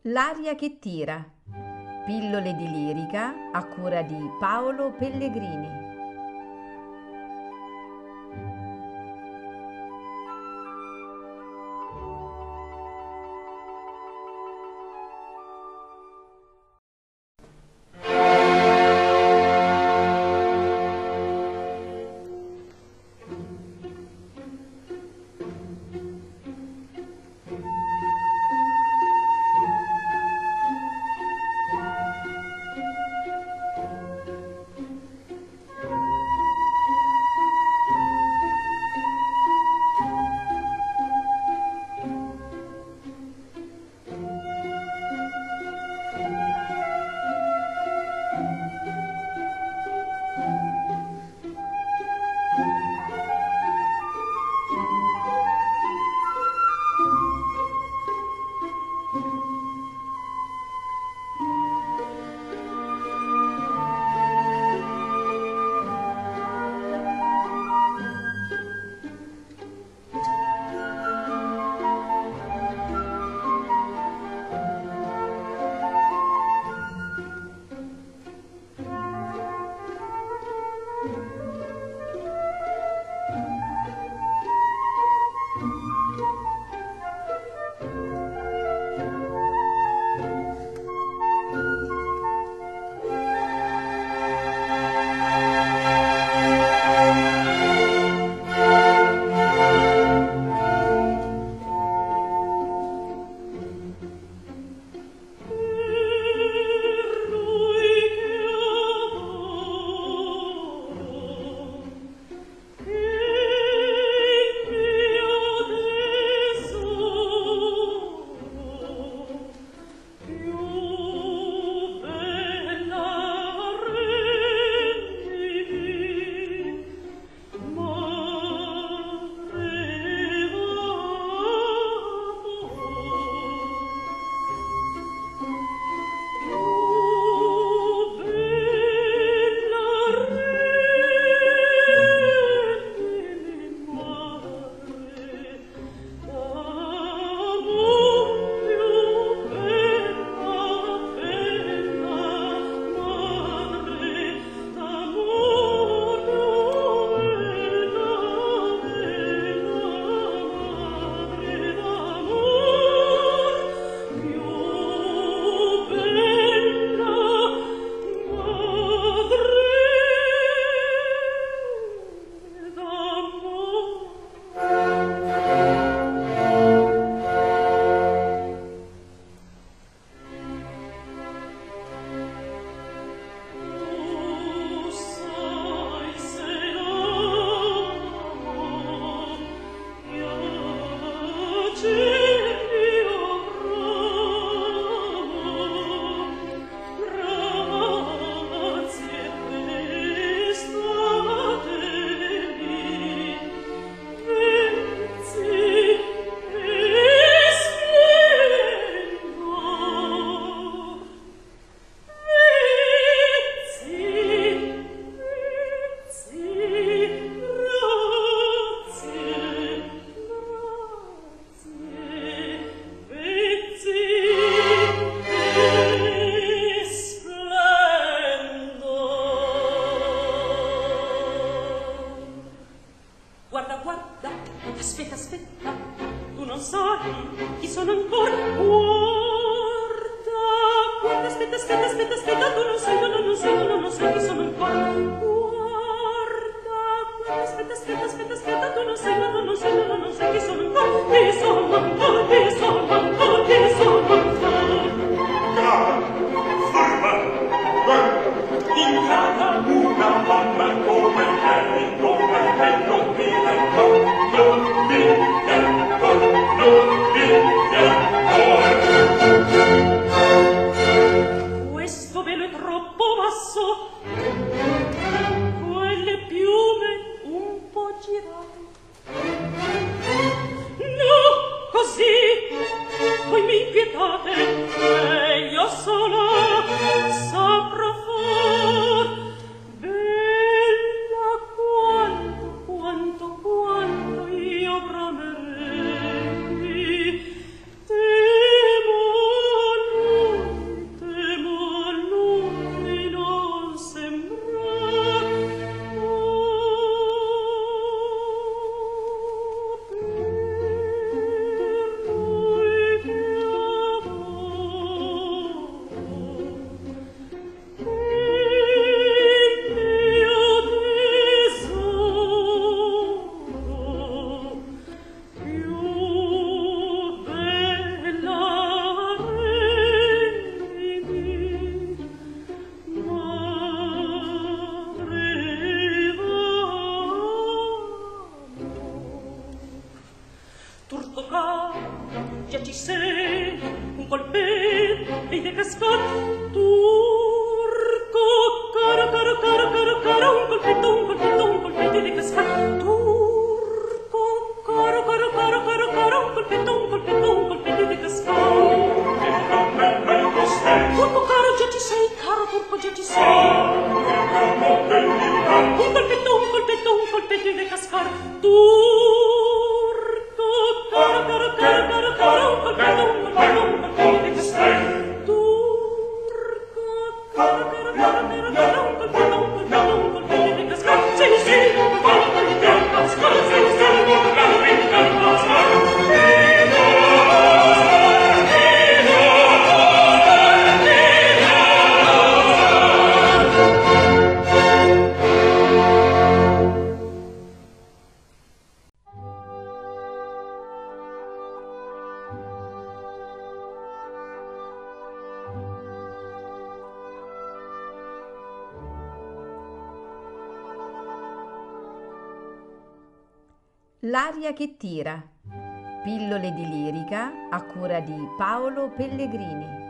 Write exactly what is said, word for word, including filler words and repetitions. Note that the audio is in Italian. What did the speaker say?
L'aria che tira. Pillole di lirica a cura di Paolo Pellegrini. colpite cascar. Turco, caro, caro, caro, caro, caro, un colpetto, un colpetto, un colpetto di cascar. Turco, caro, caro, caro, caro, caro, un colpetto, un colpetto, un colpetto di cascar. Turco, caro, già ci sei, caro Turco, già ci sei. Un colpetto, un colpetto, un colpetto di cascar. Turco, caro, caro, caro, caro, caro, un colpetto, un colpetto, un colpetto di cascar. Turco, caro, caro, caro, caro, caro, un colpetto, un colpetto, un colpetto di cascar. Sì, sì, un colpetto di cascar. Sì, sì, un colpetto di cascar. L'aria che tira. Pillole di lirica a cura di Paolo Pellegrini.